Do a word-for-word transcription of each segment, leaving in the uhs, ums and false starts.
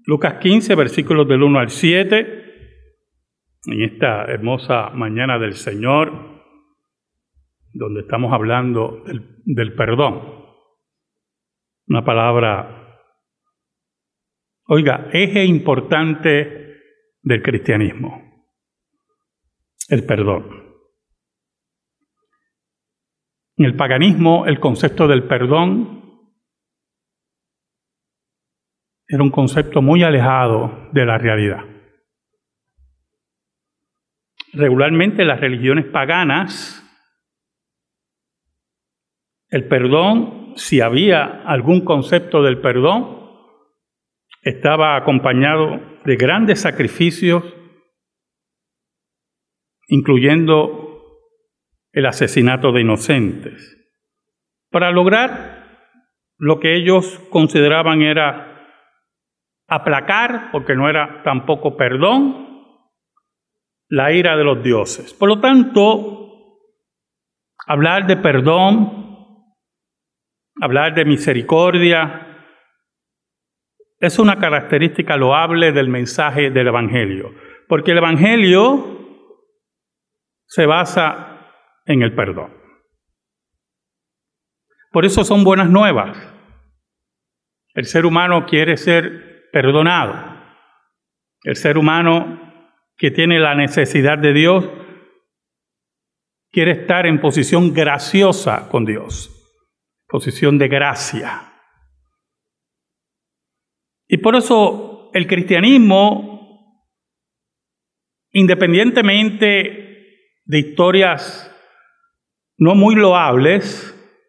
Lucas quince, versículos del uno al siete, en esta hermosa mañana del Señor, donde estamos hablando del, del perdón. Una palabra, oiga, eje importante del cristianismo, el perdón. En el paganismo, el concepto del perdón era un concepto muy alejado de la realidad. Regularmente, las religiones paganas, el perdón, si había algún concepto del perdón, estaba acompañado de grandes sacrificios, incluyendo el asesinato de inocentes, para lograr lo que ellos consideraban era aplacar, porque no era tampoco perdón, la ira de los dioses. Por lo tanto, hablar de perdón, hablar de misericordia, es una característica loable del mensaje del Evangelio, porque el Evangelio se basa en el perdón. Por eso son buenas nuevas. El ser humano quiere ser perdonado. El ser humano que tiene la necesidad de Dios quiere estar en posición graciosa con Dios, posición de gracia. Y por eso el cristianismo, independientemente de historias no muy loables,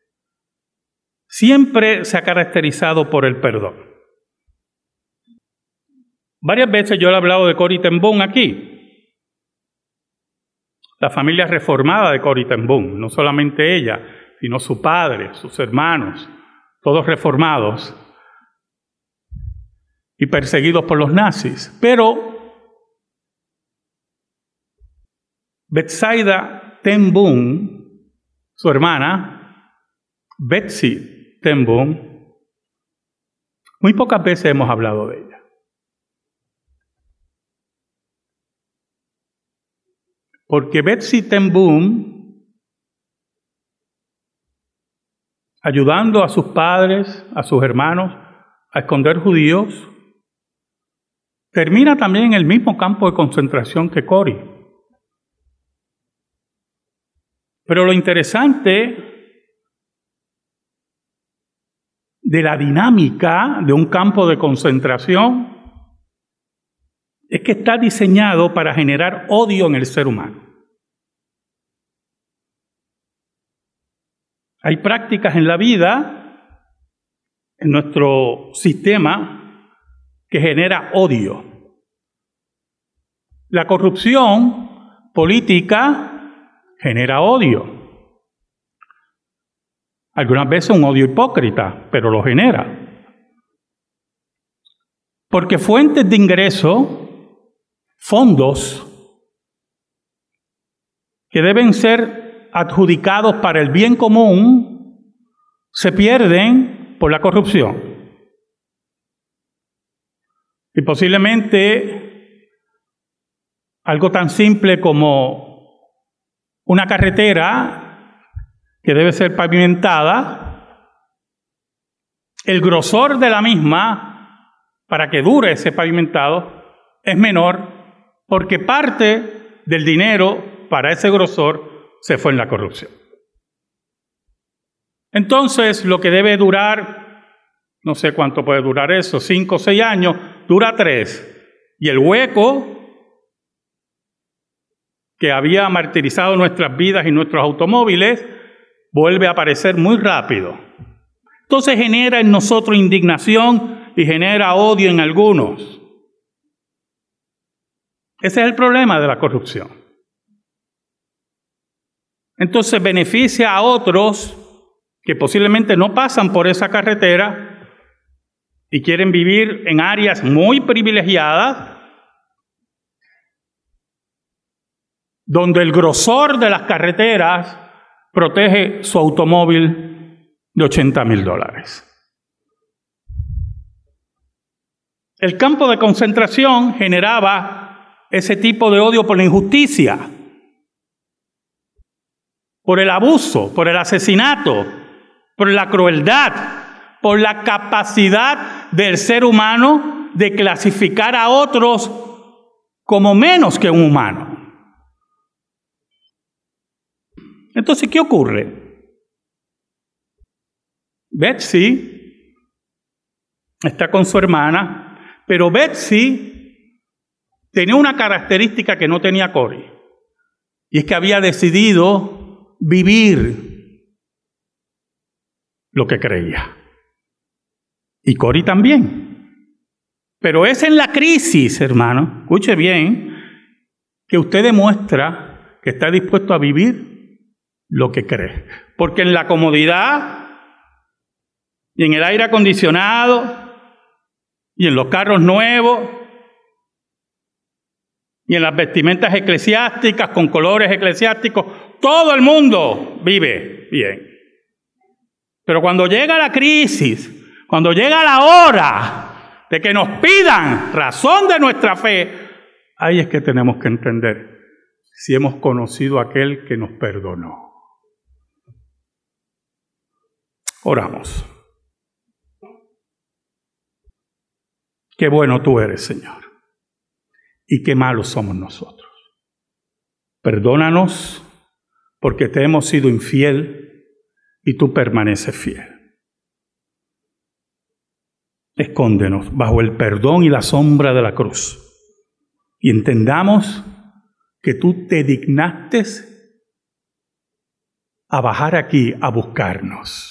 siempre se ha caracterizado por el perdón. Varias veces yo le he hablado de Corrie ten Boom aquí. La familia reformada de Corrie ten Boom, no solamente ella, sino su padre, sus hermanos, todos reformados y perseguidos por los nazis. Pero Betsaida ten Boom, su hermana, Betsy ten Boom, muy pocas veces hemos hablado de ella. Porque Betsy ten Boom, ayudando a sus padres, a sus hermanos, a esconder judíos, termina también en el mismo campo de concentración que Corrie. Pero lo interesante de la dinámica de un campo de concentración es que está diseñado para generar odio en el ser humano. Hay prácticas en la vida, en nuestro sistema, que genera odio. La corrupción política genera odio. Algunas veces un odio hipócrita, pero lo genera. Porque fuentes de ingreso, fondos que deben ser adjudicados para el bien común, se pierden por la corrupción. Y posiblemente algo tan simple como una carretera que debe ser pavimentada, el grosor de la misma, para que dure ese pavimentado, es menor porque parte del dinero para ese grosor se fue en la corrupción. Entonces, lo que debe durar, no sé cuánto puede durar eso, cinco o seis años, dura tres. Y el hueco que había martirizado nuestras vidas y nuestros automóviles, vuelve a aparecer muy rápido. Entonces genera en nosotros indignación y genera odio en algunos. Ese es el problema de la corrupción. Entonces beneficia a otros que posiblemente no pasan por esa carretera y quieren vivir en áreas muy privilegiadas, donde el grosor de las carreteras protege su automóvil de ochenta mil dólares. El campo de concentración generaba ese tipo de odio por la injusticia, por el abuso, por el asesinato, por la crueldad, por la capacidad del ser humano de clasificar a otros como menos que un humano. Entonces, ¿qué ocurre? Betsy está con su hermana, pero Betsy tenía una característica que no tenía Corey, y es que había decidido vivir lo que creía. Y Corey también. Pero es en la crisis, hermano, escuche bien, que usted demuestra que está dispuesto a vivir lo que cree. Porque en la comodidad y en el aire acondicionado y en los carros nuevos y en las vestimentas eclesiásticas con colores eclesiásticos, todo el mundo vive bien. Pero cuando llega la crisis, cuando llega la hora de que nos pidan razón de nuestra fe, ahí es que tenemos que entender si hemos conocido a aquel que nos perdonó. Oramos. Qué bueno tú eres, Señor, y qué malos somos nosotros. Perdónanos porque te hemos sido infiel y tú permaneces fiel. Escóndenos bajo el perdón y la sombra de la cruz y entendamos que tú te dignaste a bajar aquí a buscarnos.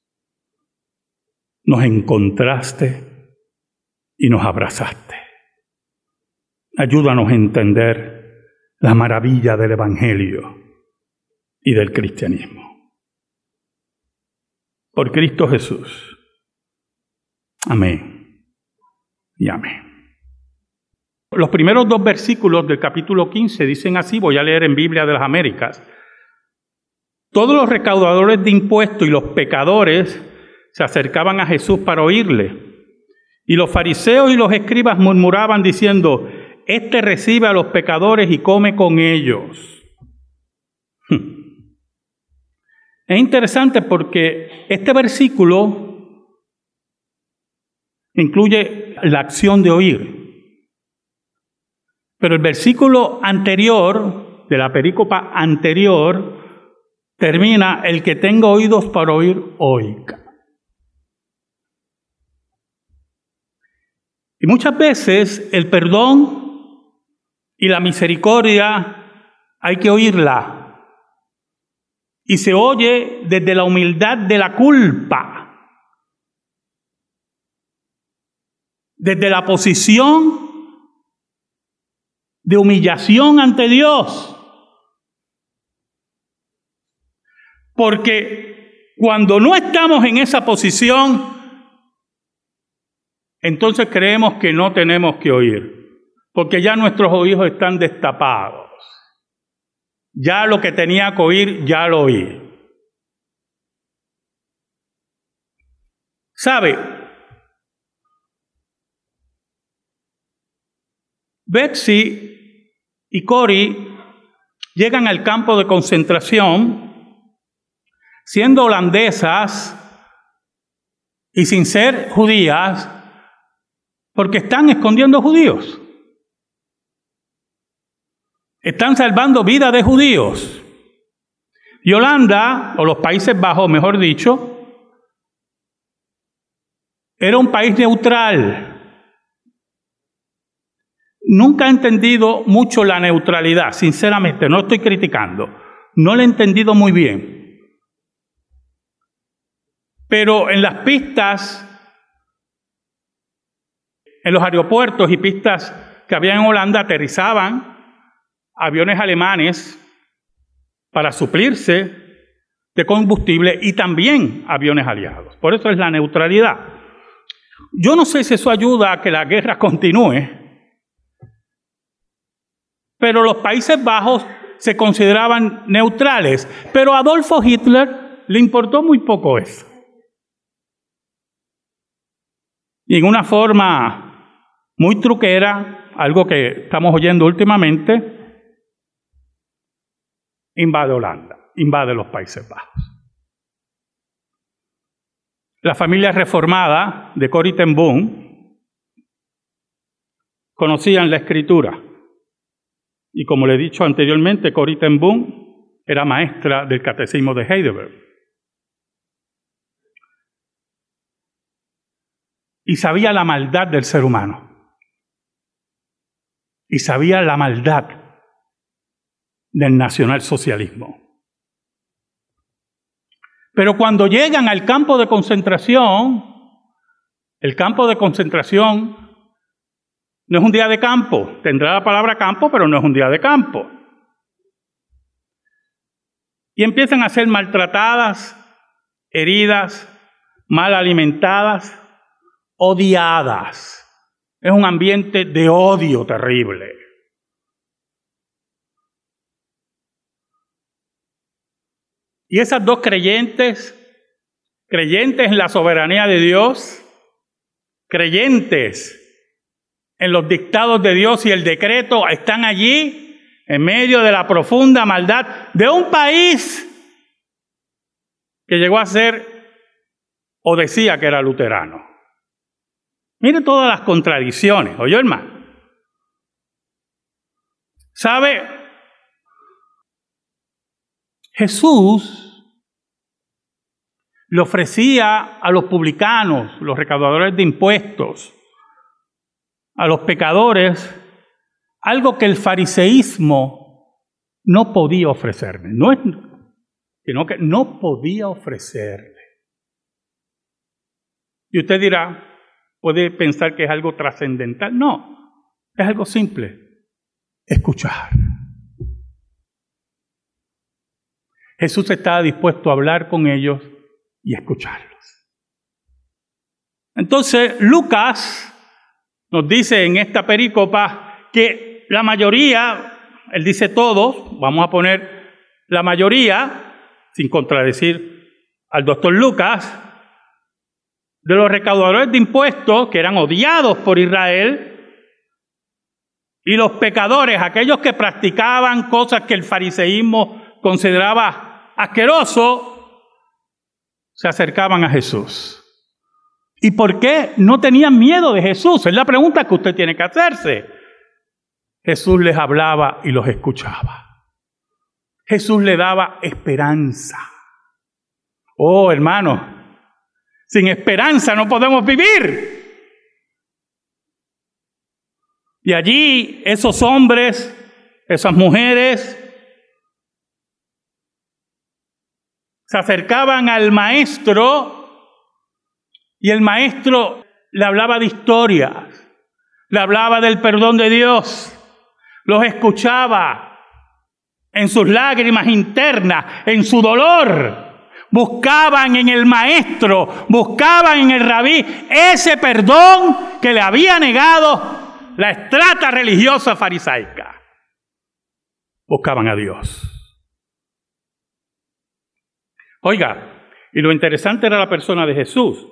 Nos encontraste y nos abrazaste. Ayúdanos a entender la maravilla del Evangelio y del cristianismo. Por Cristo Jesús. Amén y amén. Los primeros dos versículos del capítulo quince dicen así, voy a leer en Biblia de las Américas. Todos los recaudadores de impuestos y los pecadores se acercaban a Jesús para oírle. Y los fariseos y los escribas murmuraban diciendo, este recibe a los pecadores y come con ellos. Es interesante porque este versículo incluye la acción de oír. Pero el versículo anterior, de la perícopa anterior, termina, el que tenga oídos para oír, oiga. Y muchas veces el perdón y la misericordia hay que oírla. Y se oye desde la humildad de la culpa. Desde la posición de humillación ante Dios. Porque cuando no estamos en esa posición, entonces creemos que no tenemos que oír, porque ya nuestros oídos están destapados. Ya lo que tenía que oír, ya lo oí. ¿Sabe? Betsy y Corey llegan al campo de concentración siendo holandesas y sin ser judías, porque están escondiendo judíos. Están salvando vida de judíos. Y Holanda, o los Países Bajos, mejor dicho, era un país neutral. Nunca he entendido mucho la neutralidad, sinceramente, no estoy criticando. No la he entendido muy bien. Pero en las pistas, en los aeropuertos y pistas que había en Holanda, aterrizaban aviones alemanes para suplirse de combustible y también aviones aliados. Por eso es la neutralidad. Yo no sé si eso ayuda a que la guerra continúe, pero los Países Bajos se consideraban neutrales. Pero a Adolfo Hitler le importó muy poco eso. Y en una forma muy truquera, algo que estamos oyendo últimamente, invade Holanda, invade los Países Bajos. La familia reformada de Corrie ten Boom conocían la Escritura. Y como le he dicho anteriormente, Corrie ten Boom era maestra del Catecismo de Heidelberg. Y sabía la maldad del ser humano. Y sabía la maldad del nacionalsocialismo. Pero cuando llegan al campo de concentración, el campo de concentración no es un día de campo. Tendrá la palabra campo, pero no es un día de campo. Y empiezan a ser maltratadas, heridas, mal alimentadas, odiadas. Es un ambiente de odio terrible. Y esas dos creyentes, creyentes en la soberanía de Dios, creyentes en los dictados de Dios y el decreto, están allí en medio de la profunda maldad de un país que llegó a ser o decía que era luterano. Mire todas las contradicciones, ¿oyó, hermano? ¿Sabe? Jesús le ofrecía a los publicanos, los recaudadores de impuestos, a los pecadores, algo que el fariseísmo no podía ofrecerle, no es, sino que no podía ofrecerle. Y usted dirá, puede pensar que es algo trascendental. No, es algo simple, escuchar. Jesús estaba dispuesto a hablar con ellos y escucharlos. Entonces, Lucas nos dice en esta perícopa que la mayoría, él dice todos, vamos a poner la mayoría, sin contradecir al doctor Lucas, de los recaudadores de impuestos, que eran odiados por Israel, y los pecadores, aquellos que practicaban cosas que el fariseísmo consideraba asqueroso, se acercaban a Jesús. ¿Y por qué no tenían miedo de Jesús? Es la pregunta que usted tiene que hacerse. Jesús les hablaba y los escuchaba. Jesús le daba esperanza. Oh, hermano, sin esperanza no podemos vivir. Y allí esos hombres, esas mujeres, se acercaban al maestro y el maestro le hablaba de historias, le hablaba del perdón de Dios, los escuchaba en sus lágrimas internas, en su dolor. Buscaban en el maestro, buscaban en el rabí ese perdón que le había negado la estrata religiosa farisaica. Buscaban a Dios. Oiga, y lo interesante era la persona de Jesús.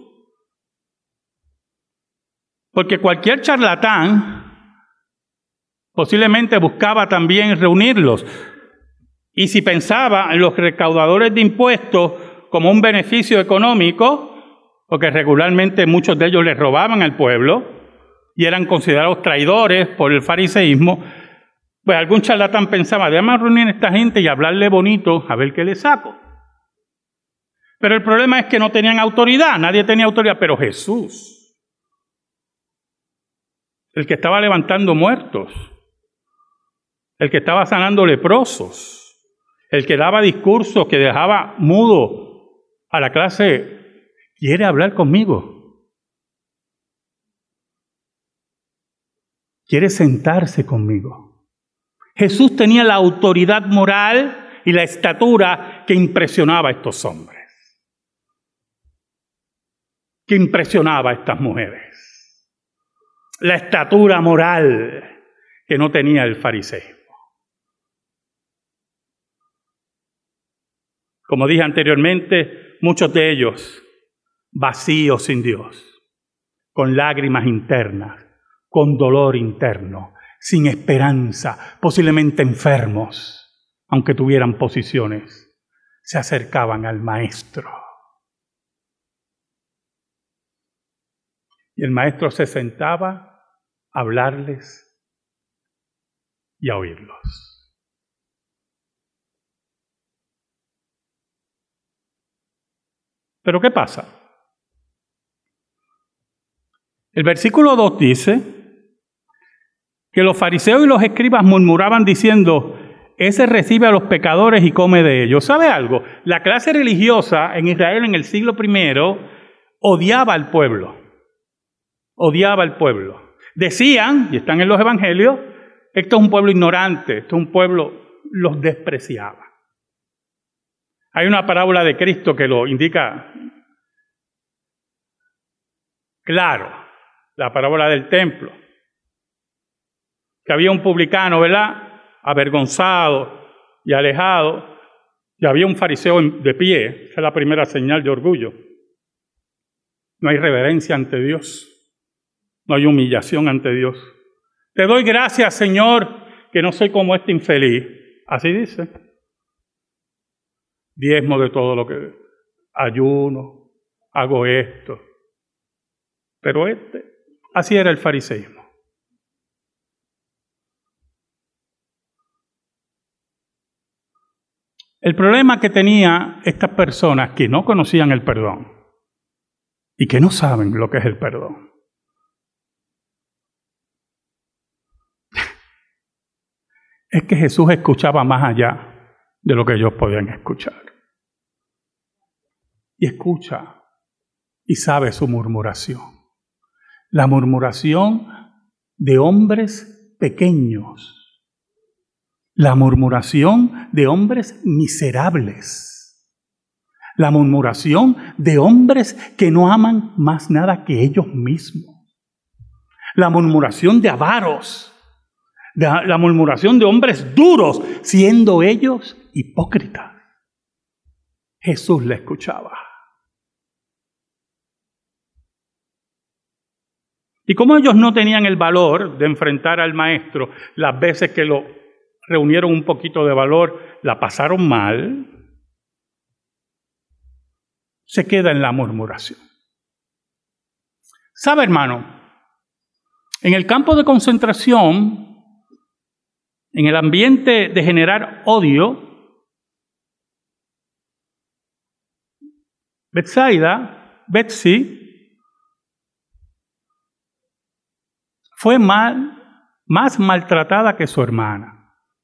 Porque cualquier charlatán posiblemente buscaba también reunirlos. Y si pensaba en los recaudadores de impuestos como un beneficio económico, porque regularmente muchos de ellos les robaban al pueblo y eran considerados traidores por el fariseísmo, pues algún charlatán pensaba, déjame reunir a esta gente y hablarle bonito a ver qué le saco. Pero el problema es que no tenían autoridad, nadie tenía autoridad, pero Jesús, el que estaba levantando muertos, el que estaba sanando leprosos, el que daba discursos que dejaba mudo a la clase, quiere hablar conmigo. Quiere sentarse conmigo. Jesús tenía la autoridad moral y la estatura que impresionaba a estos hombres, que impresionaba a estas mujeres. La estatura moral que no tenía el fariseo. Como dije anteriormente, muchos de ellos vacíos sin Dios, con lágrimas internas, con dolor interno, sin esperanza, posiblemente enfermos, aunque tuvieran posiciones, se acercaban al maestro. Y el maestro se sentaba a hablarles y a oírlos. Pero ¿qué pasa? El versículo dos dice que los fariseos y los escribas murmuraban diciendo: ese recibe a los pecadores y come de ellos. ¿Sabe algo? La clase religiosa en Israel en el siglo primero odiaba al pueblo. Odiaba al pueblo. Decían, y están en los evangelios, esto es un pueblo ignorante, esto es un pueblo, los despreciaba. Hay una parábola de Cristo que lo indica claro, la parábola del templo. Que había un publicano, ¿verdad?, avergonzado y alejado, y había un fariseo de pie. Esa es la primera señal de orgullo. No hay reverencia ante Dios, no hay humillación ante Dios. Te doy gracias, Señor, que no soy como este infeliz. Así dice. Diezmo de todo lo que ayuno, hago esto. Pero este, así era el fariseísmo. El problema que tenía estas personas que no conocían el perdón y que no saben lo que es el perdón es que Jesús escuchaba más allá de lo que ellos podían escuchar. Y escucha y sabe su murmuración. La murmuración de hombres pequeños. La murmuración de hombres miserables. La murmuración de hombres que no aman más nada que ellos mismos. La murmuración de avaros. La, la murmuración de hombres duros, siendo ellos hipócritas. Jesús le escuchaba. Y como ellos no tenían el valor de enfrentar al maestro, las veces que lo reunieron un poquito de valor, la pasaron mal, se queda en la murmuración. ¿Sabe, hermano? En el campo de concentración, en el ambiente de generar odio, Betsaida, Betsy, fue mal, más maltratada que su hermana.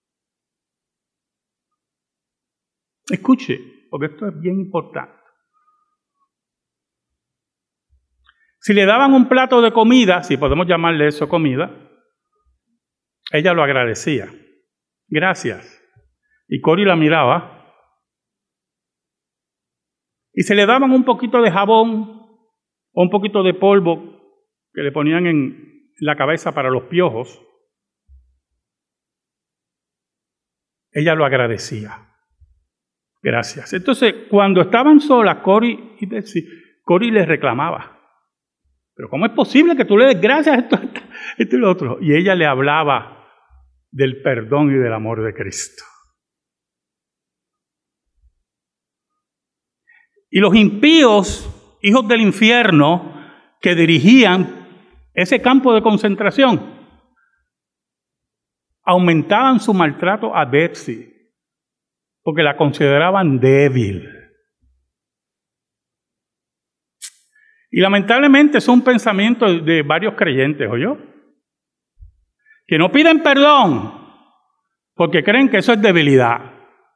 Escuche, porque esto es bien importante. Si le daban un plato de comida, si podemos llamarle eso comida, ella lo agradecía. Gracias. Y Cori la miraba. Y se le daban un poquito de jabón o un poquito de polvo que le ponían en la cabeza para los piojos. Ella lo agradecía. Gracias. Entonces, cuando estaban solas, Cori y Betsy, Cori les reclamaba. Pero ¿cómo es posible que tú le des gracias a esto, esto y lo otro? Y ella le hablaba del perdón y del amor de Cristo. Y los impíos, hijos del infierno, que dirigían ese campo de concentración, aumentaban su maltrato a Betsy, porque la consideraban débil. Y lamentablemente es un pensamiento de varios creyentes, ¿oyó? Que no piden perdón porque creen que eso es debilidad.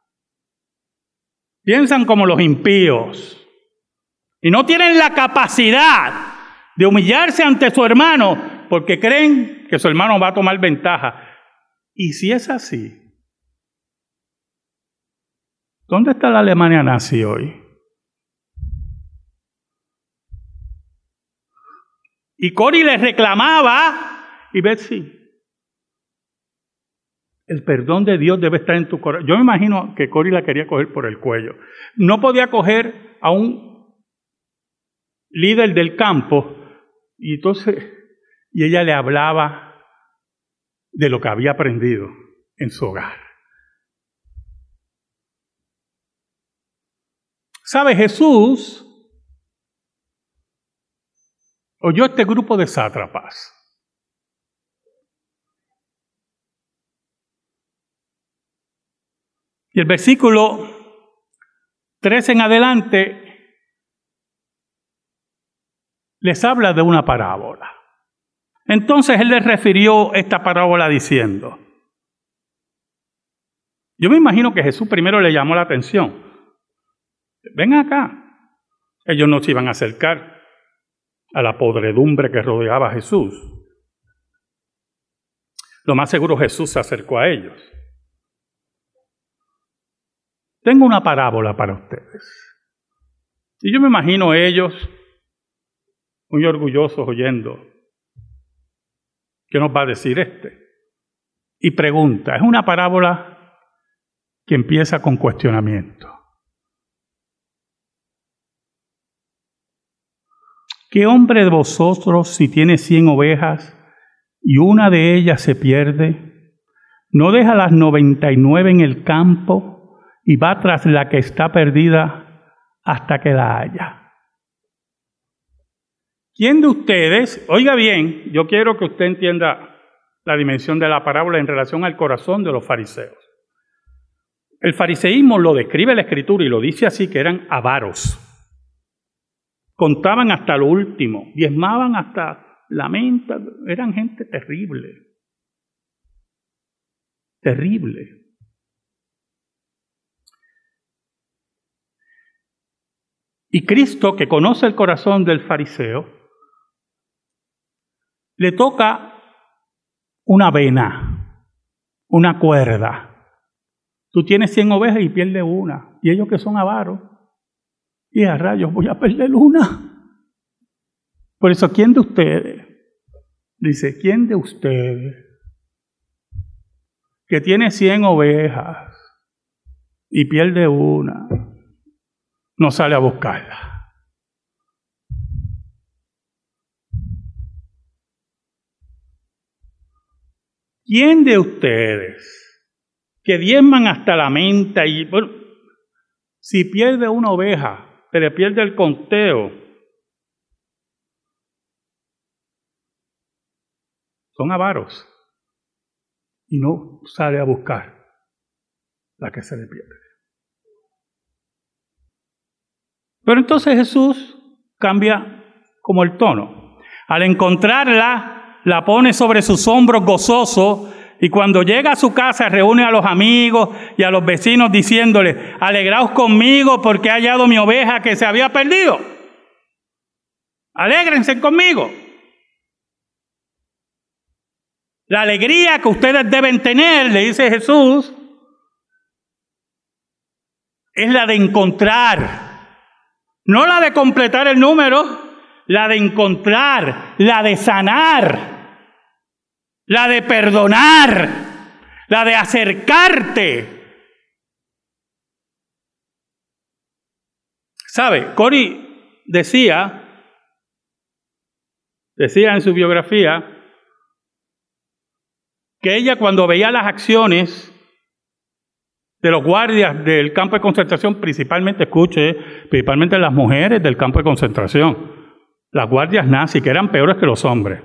Piensan como los impíos y no tienen la capacidad de humillarse ante su hermano porque creen que su hermano va a tomar ventaja. Y si es así, ¿dónde está la Alemania nazi hoy? Y Cori le reclamaba, y Betsy, el perdón de Dios debe estar en tu corazón. Yo me imagino que Cori la quería coger por el cuello. No podía coger a un líder del campo, y entonces y ella le hablaba de lo que había aprendido en su hogar. ¿Sabe? Jesús oyó este grupo de sátrapas. Y el versículo tres en adelante les habla de una parábola. Entonces él les refirió esta parábola diciendo, yo me imagino que Jesús primero le llamó la atención. Ven acá. Ellos no se iban a acercar a la podredumbre que rodeaba a Jesús. Lo más seguro Jesús se acercó a ellos. Tengo una parábola para ustedes. Y yo me imagino ellos muy orgullosos oyendo. ¿Qué nos va a decir este? Y pregunta, es una parábola que empieza con cuestionamiento. ¿Qué hombre de vosotros, si tiene cien ovejas y una de ellas se pierde, no deja las noventa y nueve en el campo y va tras la que está perdida hasta que la haya? ¿Quién de ustedes, oiga bien, yo quiero que usted entienda la dimensión de la parábola en relación al corazón de los fariseos? El fariseísmo lo describe la Escritura y lo dice así, que eran avaros. Contaban hasta lo último, diezmaban hasta la menta, eran gente terrible. Terrible. Y Cristo, que conoce el corazón del fariseo, le toca una vena, una cuerda. Tú tienes cien ovejas y pierdes una. Y ellos que son avaros, y a rayos voy a perder una. Por eso, ¿quién de ustedes? Dice, ¿quién de ustedes que tiene cien ovejas y pierde una, no sale a buscarla? ¿Quién de ustedes que diezman hasta la menta y, bueno, si pierde una oveja, pero pierde el conteo, son avaros y no sale a buscar la que se le pierde? Pero entonces Jesús cambia como el tono. Al encontrarla, la pone sobre sus hombros gozoso, y cuando llega a su casa reúne a los amigos y a los vecinos diciéndole, alegraos conmigo porque he hallado mi oveja que se había perdido. Alégrense conmigo. La alegría que ustedes deben tener, le dice Jesús, es la de encontrar, no la de completar el número, la de encontrar, la de sanar, la de perdonar, la de acercarte. ¿Sabe? Cori decía, decía en su biografía, que ella cuando veía las acciones de los guardias del campo de concentración, principalmente, escuche, principalmente las mujeres del campo de concentración, las guardias nazis, que eran peores que los hombres,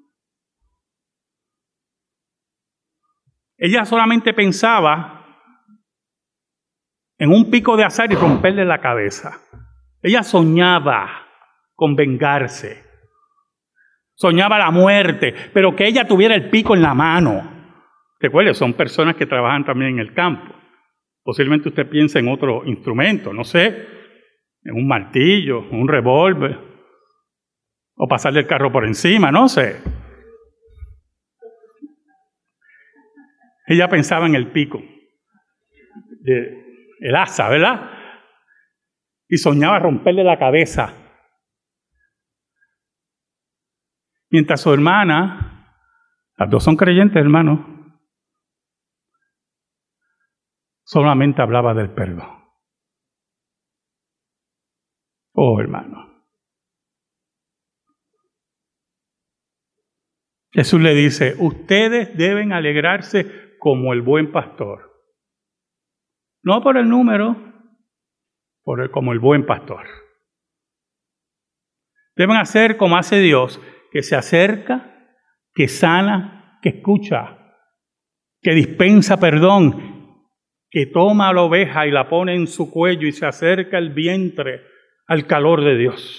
ella solamente pensaba en un pico de azar y romperle la cabeza. Ella soñaba con vengarse. Soñaba la muerte, pero que ella tuviera el pico en la mano. Recuerde, son personas que trabajan también en el campo. Posiblemente usted piense en otro instrumento, no sé, en un martillo, un revólver, o pasarle el carro por encima, no sé. Ella pensaba en el pico, de, el asa, ¿verdad? Y soñaba romperle la cabeza. Mientras su hermana, las dos son creyentes, hermano, solamente hablaba del perdón. Oh, hermano. Jesús le dice, ustedes deben alegrarse como el buen pastor. No por el número, por el, como el buen pastor. Deben hacer como hace Dios, que se acerca, que sana, que escucha, que dispensa perdón, que toma a la oveja y la pone en su cuello y se acerca el vientre al calor de Dios.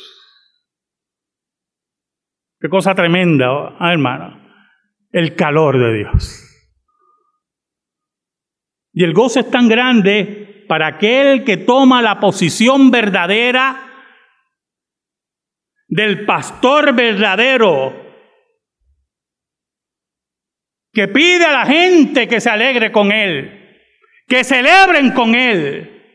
Qué cosa tremenda, ¿eh, hermano? El calor de Dios. Y el gozo es tan grande para aquel que toma la posición verdadera del pastor verdadero, que pide a la gente que se alegre con él, que celebren con él.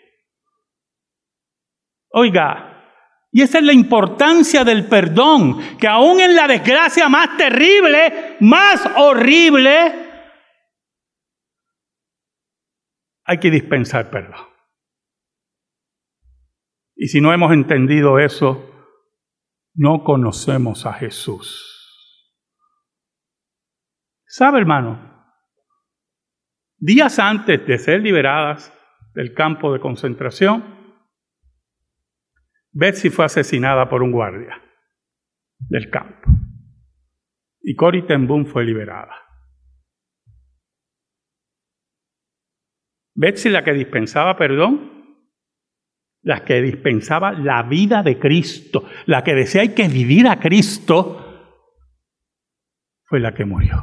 Oiga, y esa es la importancia del perdón, que aún en la desgracia más terrible, más horrible, hay que dispensar perdón. Y si no hemos entendido eso, no conocemos a Jesús. ¿Sabe, hermano? Días antes de ser liberadas del campo de concentración, Betsy fue asesinada por un guardia del campo. Y Corrie ten Boom fue liberada. Betsy, la que dispensaba perdón, la que dispensaba la vida de Cristo, la que decía hay que vivir a Cristo, fue la que murió.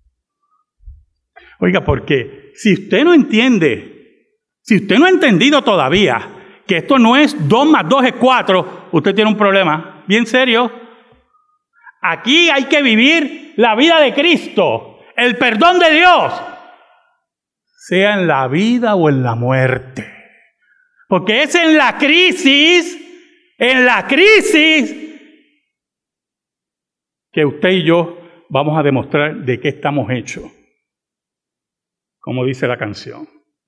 Oiga, porque si usted no entiende, si usted no ha entendido todavía que esto no es dos más dos es cuatro, usted tiene un problema bien serio. Aquí hay que vivir la vida de Cristo, el perdón de Dios, sea en la vida o en la muerte. Porque es en la crisis, en la crisis, que usted y yo vamos a demostrar de qué estamos hechos, como dice la canción.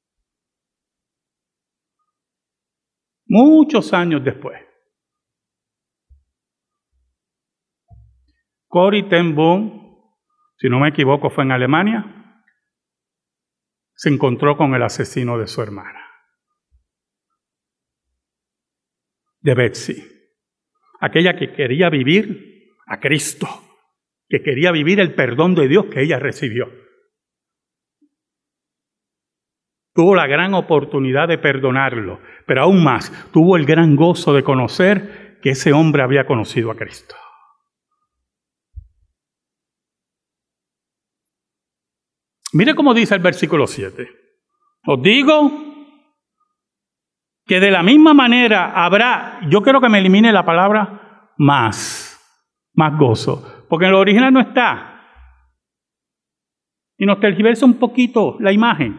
Muchos años después, Corrie ten Boom, si no me equivoco fue en Alemania, se encontró con el asesino de su hermana, de Betsy, aquella que quería vivir a Cristo, que quería vivir el perdón de Dios que ella recibió. Tuvo la gran oportunidad de perdonarlo, pero aún más, tuvo el gran gozo de conocer que ese hombre había conocido a Cristo. Mire cómo dice el versículo siete. Os digo que de la misma manera habrá, yo quiero que me elimine la palabra más, más gozo, porque en lo original no está. Y nos tergiversa un poquito la imagen.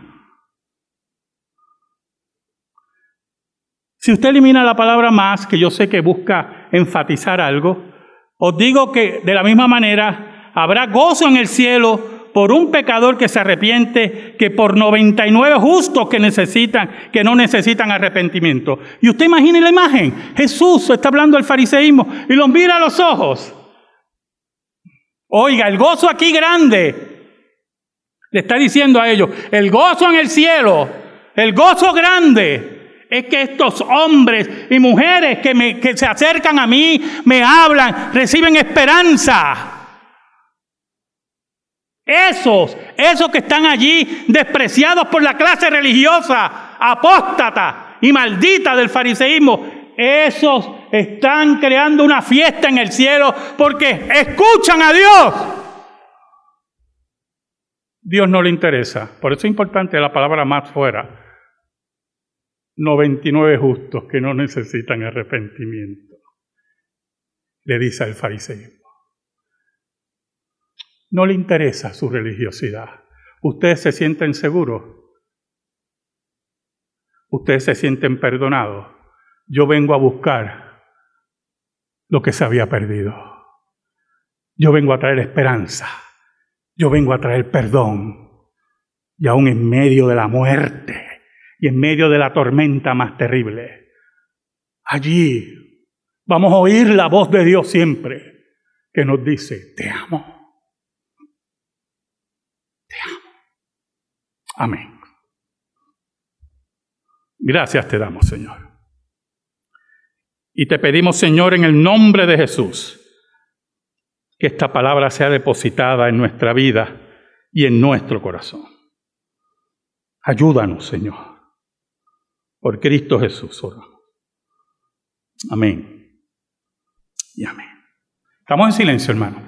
Si usted elimina la palabra más, que yo sé que busca enfatizar algo, os digo que de la misma manera habrá gozo en el cielo por un pecador que se arrepiente, que por noventa y nueve justos que necesitan, que no necesitan arrepentimiento. Y usted imagine la imagen. Jesús está hablando del fariseísmo y los mira a los ojos. Oiga, el gozo aquí grande. Le está diciendo a ellos, el gozo en el cielo, el gozo grande, es que estos hombres y mujeres que, me, que se acercan a mí, me hablan, reciben esperanza. Esos, esos que están allí despreciados por la clase religiosa, apóstata y maldita del fariseísmo, esos están creando una fiesta en el cielo porque escuchan a Dios. Dios no le interesa. Por eso es importante la palabra más fuera. noventa y nueve justos que no necesitan arrepentimiento, le dice al fariseísmo. No le interesa su religiosidad. Ustedes se sienten seguros. Ustedes se sienten perdonados. Yo vengo a buscar lo que se había perdido. Yo vengo a traer esperanza. Yo vengo a traer perdón. Y aún en medio de la muerte y en medio de la tormenta más terrible, allí vamos a oír la voz de Dios siempre que nos dice, te amo. Amén. Gracias te damos, Señor. Y te pedimos, Señor, en el nombre de Jesús, que esta palabra sea depositada en nuestra vida y en nuestro corazón. Ayúdanos, Señor. Por Cristo Jesús oramos. Amén. Y amén. Estamos en silencio, hermano.